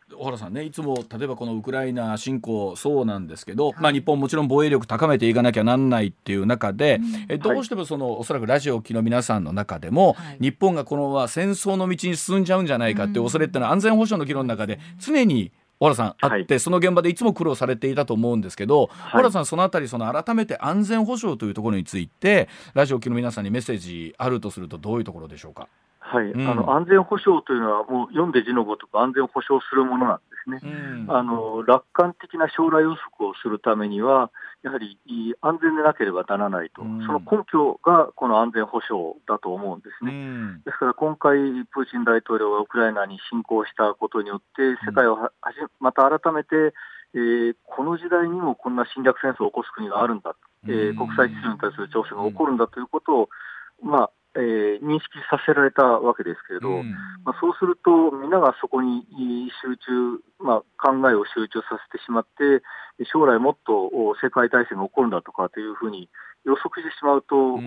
S1: 小原さんね、いつも例えばこのウクライナ侵攻そうなんですけど、はい、まあ、日本もちろん防衛力高めていかなきゃなんないっていう中で、うん、えどうしてもその、はい、おそらくラジオを聴きの皆さんの中でも、はい、日本がこのまま戦争の道に進んじゃうんじゃないかっていう恐れっていうのは安全保障の議論の中で常に小原さんあって、はい、その現場でいつも苦労されていたと思うんですけど、はい、小原さんそのあたりその改めて安全保障というところについてラジオを聴きの皆さんにメッセージあるとするとどういうところでしょうか。
S4: はい、うん、あの安全保障というのはもう読んで字のごとく安全保障するものなんですね、うん、あの楽観的な将来予測をするためにはやはり安全でなければならないと、うん、その根拠がこの安全保障だと思うんですね、うん、ですから今回プーチン大統領がウクライナに侵攻したことによって世界をはじまた改めて、えー、この時代にもこんな侵略戦争を起こす国があるんだ、えー、国際秩序に対する挑戦が起こるんだということを、まあえー、認識させられたわけですけれど、うん、まあ、そうするとみんながそこに集中、まあ、考えを集中させてしまって将来もっと世界大戦が起こるんだとかというふうに予測してしまうと、うん、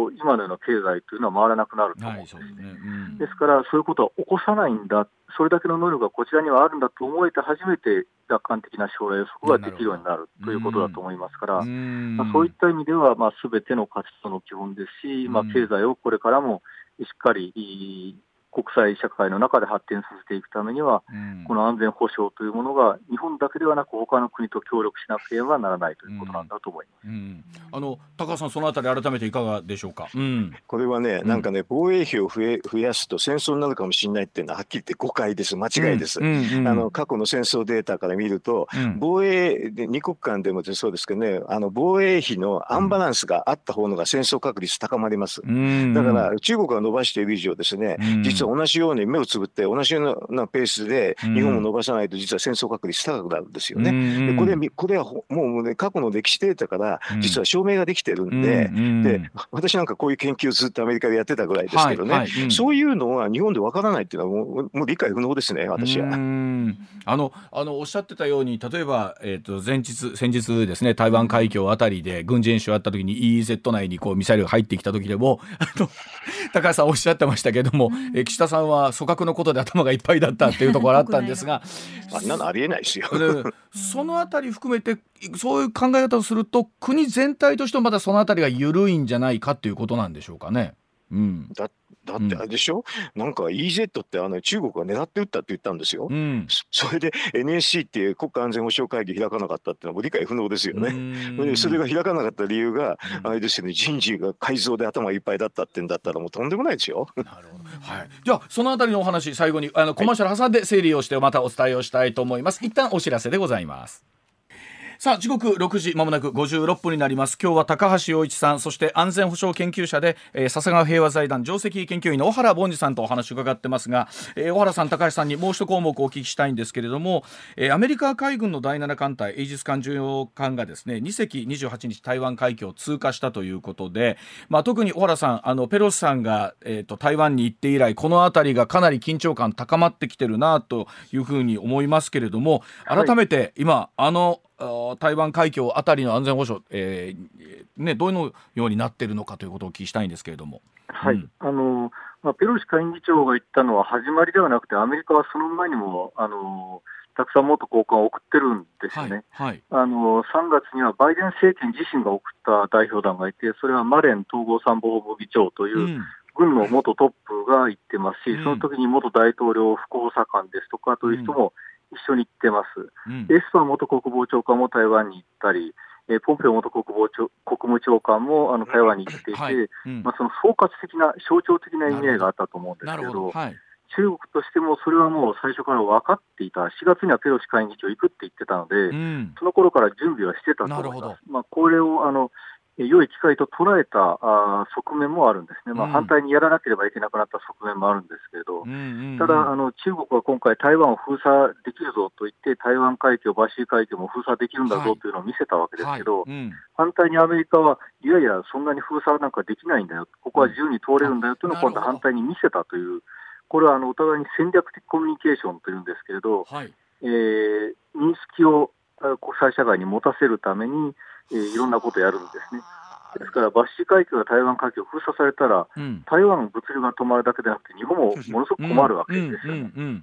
S4: 今のような経済というのは回らなくなると思うんですね。はい、そうですね。うん、ですからそういうことは起こさないんだ、それだけの能力がこちらにはあるんだと思えて初めて楽観的な将来予測ができるようになるということだと思いますから、うんまあ、そういった意味では、まあ、全ての活動の基本ですし、まあ、経済をこれからもしっかり国際社会の中で発展させていくためには、うん、この安全保障というものが日本だけではなく他の国と協力しなければならないということなんだと思います、うんうん、
S1: あの高橋さんそのあたり改めていかがでしょうか。うん、
S5: これはね、なんかね防衛費を増え、増やすと戦争になるかもしれないっていうのははっきり言って誤解です、間違いです、うんうんうん、あの過去の戦争データから見ると、うん、防衛でに国間でもそうですけどね、あの防衛費のアンバランスがあった方のが戦争確率高まります、うん、だから中国が伸ばしている以上ですね、うん、実は同じように目をつぶって同じようなペースで日本も伸ばさないと実は戦争確率高くなるんですよね、うん、でこれ、これはもう、ね、過去の歴史データから実は証明ができてるんで、うん、で私なんかこういう研究をずっとアメリカでやってたぐらいですけどね、はいはい、うん、そういうのは日本でわからないっていうのはもう、もう理解不能ですね、私は。
S1: うんあのあのおっしゃってたように例えば、えー、と前日先日ですね台湾海峡あたりで軍事演習あった時に イーイーゼット 内にこうミサイルが入ってきた時でもあの高橋さんおっしゃってましたけども、え岸田さんは組閣のことで頭がいっぱいだったっていうところあったんですが
S5: あんなのありえないですよ
S1: そのあたり含めてそういう考え方をすると国全体としてもまだそのあたりが緩いんじゃないかっていうことなんでしょうかね。うん、
S5: だだってあれでしょ、うん、なんか イーイーゼット ってあの中国が狙って撃ったって言ったんですよ、うん、それで エヌエスシー っていう国家安全保障会議開かなかったってのはもう理解不能ですよね。それが開かなかった理由が、うん、あれですよね、人事が改造で頭いっぱいだったってんだったらもうとんでもないですよ。なるほど、
S1: はい、じゃあそのあたりのお話最後にあのコマーシャル挟んで整理をしてまたお伝えをしたいと思います。一旦お知らせでございます。さあ時刻ろくじまもなくごじゅうろっぷんになります。今日は高橋洋一さんそして安全保障研究者で、えー、笹川平和財団上席研究員の小原凡司さんとお話を伺ってますが、えー、小原さん高橋さんにもう一項目お聞きしたいんですけれども、えー、アメリカ海軍のだいなな艦隊イージス艦巡洋艦がですねに隻にじゅうはちにち台湾海峡を通過したということで、まあ、特に小原さんあのペロシさんが、えー、と台湾に行って以来このあたりがかなり緊張感高まってきてるなというふうに思いますけれども、改めて今、はい、あの台湾海峡あたりの安全保障、えーね、どのようになっているのかということをお聞きしたいんですけれども。
S4: はい、うん、あのまあ、ペロシ下院議長が言ったのは始まりではなくてアメリカはその前にもあのたくさん元高官を送ってるんですよね、はいはい、あのさんがつにはバイデン政権自身が送った代表団がいてそれはマレン統合参謀本部議長という、うん軍の元トップが行ってますし、うん、その時に元大統領副補佐官ですとかという人も一緒に行ってます、うん、エスパー元国防長官も台湾に行ったり、えー、ポンペオ元国防長国務長官もあの台湾に行っていて、うんはいうんまあ、その総括的な象徴的な意味合いがあったと思うんですけど、どはい、中国としてもそれはもう最初から分かっていた。しがつにはペロシ下院議長行くって言ってたので、うん、その頃から準備はしてたと思います。まあ、これをあの良い機会と捉えたあ側面もあるんですね、まあ、反対にやらなければいけなくなった側面もあるんですけれど、うんうんうん、ただあの中国は今回台湾を封鎖できるぞと言って台湾海峡、バシー海峡も封鎖できるんだぞというのを見せたわけですけど、はいはいうん、反対にアメリカはいやいやそんなに封鎖なんかできないんだよ、ここは自由に通れるんだよというのを今度反対に見せたという、これはあのお互いに戦略的コミュニケーションというんですけれど、はいえー、認識を国際社会に持たせるためにえー、いろんなことをやるんですね。ですからバシー海峡が台湾海峡を封鎖されたら、うん、台湾物流が止まるだけでなくて日本もものすごく困るわけですよね。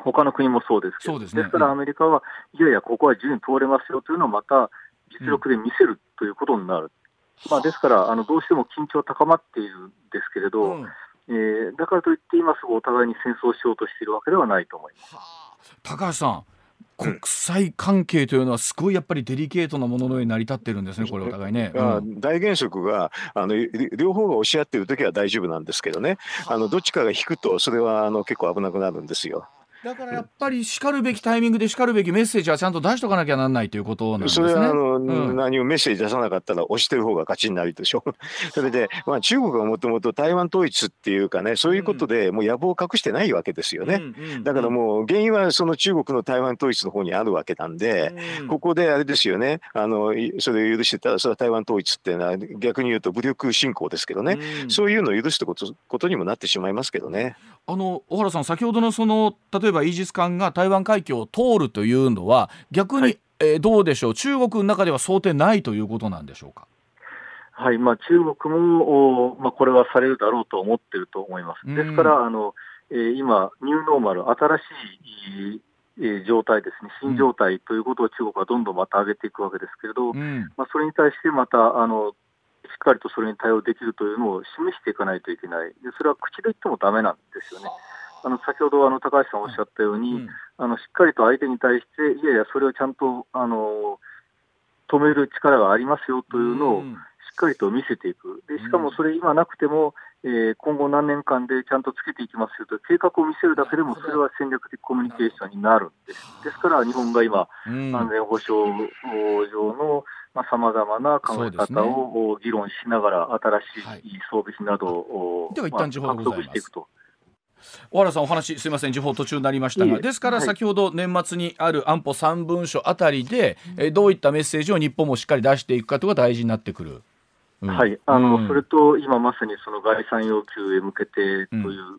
S4: 他の国もそうですけど、 です,、ね、ですからアメリカは、いやいやここは自由に通れますよというのをまた実力で見せるということになる、うん、まあ、ですからあのどうしても緊張高まっているんですけれど、うん、えー、だからといって今すぐお互いに戦争しようとしているわけではないと思います。は
S1: あ、高橋さん、国際関係というのはすごいやっぱりデリケートなもののように成り立ってるんですね、これお互いね。
S5: うん、大原則があの両方が押し合っているときは大丈夫なんですけどね、あのどっちかが引くとそれはあの結構危なくなるんですよ。
S1: だからやっぱりしかるべきタイミングでしかるべきメッセージはちゃんと出しとかなきゃなんないということなんですね。
S5: それはあの、うん、何もメッセージ出さなかったら押してる方が勝ちになるでしょそれで、まあ、中国はもともと台湾統一っていうかね、そういうことでもう野望を隠してないわけですよね、うんうんうん、だからもう原因はその中国の台湾統一の方にあるわけなんで、うん、ここであれですよね、あのそれを許してたらそれは台湾統一っていうのは逆に言うと武力侵攻ですけどね、うん、そういうのを許すこと、ことにもなってしまいますけどね。
S1: あの小原さん、先ほどのその例えばイージス艦が台湾海峡を通るというのは逆に、はい、えー、どうでしょう、中国の中では想定ないということなんでしょうか。
S4: はい、まあ、中国も、まあ、これはされるだろうと思っていると思います。ですからあの、えー、今ニューノーマル、新しい、えー、状態ですね、新状態ということを中国はどんどんまた上げていくわけですけれど、うん、まあ、それに対してまたあのしっかりとそれに対応できるというのを示していかないといけない。でそれは口で言ってもダメなんですよね。あの先ほどあの高橋さんおっしゃったように、うん、あのしっかりと相手に対していやいやそれをちゃんとあの止める力がありますよというのをしっかりと見せていく。でしかもそれ今なくても、えー、今後何年間でちゃんとつけていきますよという計画を見せるだけでもそれは戦略的コミュニケーションになるんです。ですから日本が今、うん、安全保障上のさまざ、まな考え方を議論しながら新しい装備品などを、
S1: はい、まあ、獲
S4: 得していくと。
S1: 小原さん、お話すいません、時報途中になりましたが、ですから先ほど年末にある安保さん文書あたりで、はい、えどういったメッセージを日本もしっかり出していくかというのが大事になってくる、
S4: うん、はい、あの、うん、それと今まさにその概算要求へ向けてという、うん、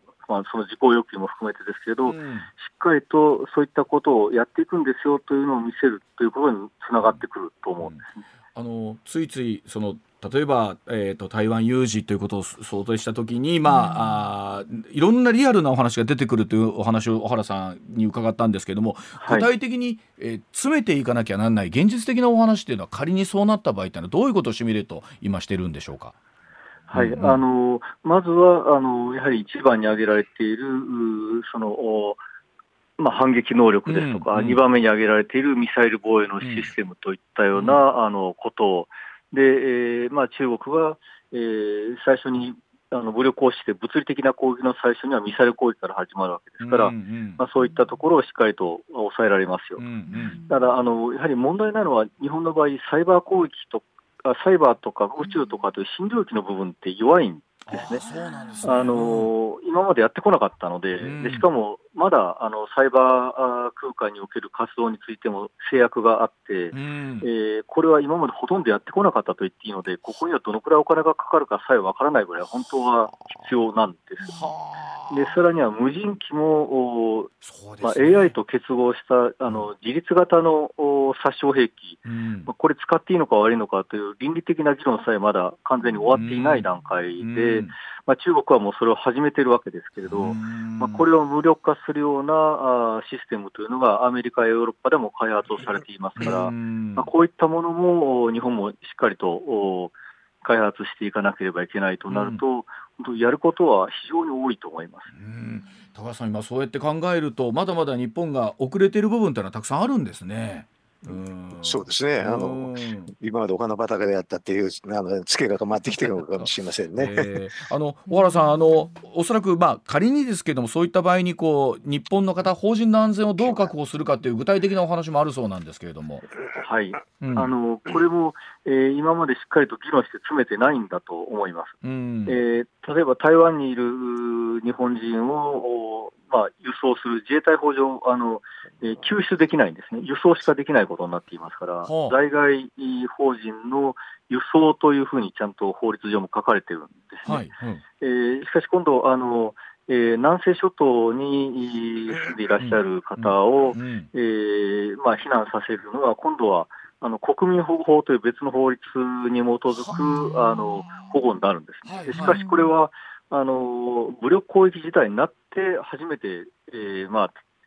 S4: まあ、その事項要求も含めてですけど、うん、しっかりとそういったことをやっていくんですよというのを見せるということにつながってくると思うんですね。
S1: うん、あのついついその例えば、えー、と台湾有事ということを想定したときに、まあ、うん、あいろんなリアルなお話が出てくるというお話を小原さんに伺ったんですけども、はい、具体的に、えー、詰めていかなきゃなんない現実的なお話というのは仮にそうなった場合というのはどういうことをシミュレート今してるんでしょうか。
S4: はい、うん、あのまずはあのやはり一番に挙げられているそのまあ、反撃能力ですとか、うんうん、にばんめに挙げられているミサイル防衛のシステムといったような、うん、あのことをで、えーまあ、中国は、えー、最初にあの武力行使で物理的な攻撃の最初にはミサイル攻撃から始まるわけですから、うんうん、まあ、そういったところをしっかりと抑えられますよ、うんうん、ただあのやはり問題なのは日本の場合サイバー攻撃とかサイバーとか宇宙とかという新領域の部分って弱いんですね。
S1: そうなんですね。
S4: あの今までやってこなかったので、うん、でしかもまだあのサイバー空間における活動についても制約があって、うん、えー、これは今までほとんどやってこなかったと言っていいので、ここにはどのくらいお金がかかるかさえわからないぐらい本当は必要なんです。でさらには無人機も、ね、まあ、エーアイ と結合したあの自律型の殺傷兵器、うん、まあ、これ使っていいのか悪いのかという倫理的な議論さえまだ完全に終わっていない段階で、うん、まあ、中国はもうそれを始めているわけですけれど、うん、まあ、これを無力化するようなあシステムというのがアメリカやヨーロッパでも開発をされていますから、うん、まあ、こういったものも日本もしっかりと開発していかなければいけないとなると、うん、本当やることは非常に多いと思います。
S1: うん、高橋さん、今そうやって考えるとまだまだ日本が遅れている部分というのはたくさんあるんですね。
S5: うん、そうですね、あの今までお花畑でやったっていうあのツケが回ってきてるのかもしれませんね。
S1: えー、あの小原さん、あのおそらく、まあ、仮にですけどもそういった場合にこう日本の方法人の安全をどう確保するかという具体的なお話もあるそうなんですけれども、
S4: はい、うん、あのこれも、えー、今までしっかりと議論して詰めてないんだと思います。うん、えー、例えば台湾にいる日本人をまあ、輸送する自衛隊法上あの、えー、救出できないんですね。輸送しかできないことになっていますから、在外邦人の輸送というふうにちゃんと法律上も書かれているんですね。はい、うん、えー、しかし今度あの、えー、南西諸島に住んでいらっしゃる方を、うんうん、えーまあ、避難させるのは今度はあの国民保護法という別の法律に基づくあの保護になるんですね。はいはい、しかしこれはあの武力攻撃自体になって初めて、えーまあ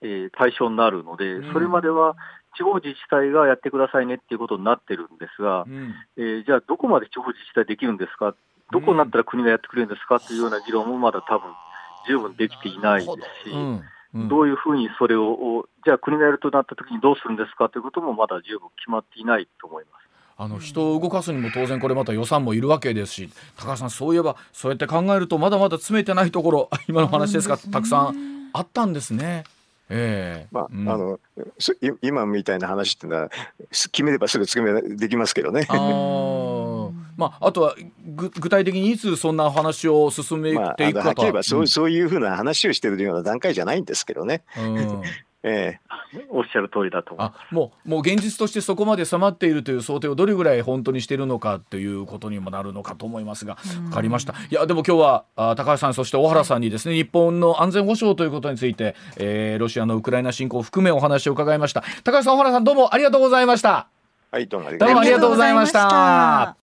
S4: えー、対象になるので、それまでは地方自治体がやってくださいねっていうことになってるんですが、うん、えー、じゃあどこまで地方自治体できるんですか、どこになったら国がやってくれるんですかというような議論もまだ多分十分できていないですし、うんうん、どういうふうにそれをじゃあ国がやるとなったときにどうするんですかということもまだ十分決まっていないと思います。
S1: あの人を動かすにも当然これまた予算もいるわけですし、高橋さん、そういえばそうやって考えるとまだまだ詰めてないところ今の話ですがたくさんあったんですね。えー
S5: まあ
S1: うん、
S5: あの今みたいな話っていうのは決めればすぐ詰めできますけどね。
S1: あまあ、あとは具体的にいつそんな話を進めていくかと、まあ、はっきり言えばそう、うん、そういうふうな話をしているような段階じゃないんですけどね。うん
S4: ええ、おっしゃる通りだと思います。
S1: あもう、もう現実としてそこまで迫っているという想定をどれぐらい本当にしているのかということにもなるのかと思いますが、分かりました。いやでも今日はあ高橋さんそして小原さんにですね、日本の安全保障ということについて、えー、ロシアのウクライナ侵攻を含めお話を伺いました。高橋さん、小原さん、どうもありがとうございました。
S5: はい、どうもあり
S1: がとうございました。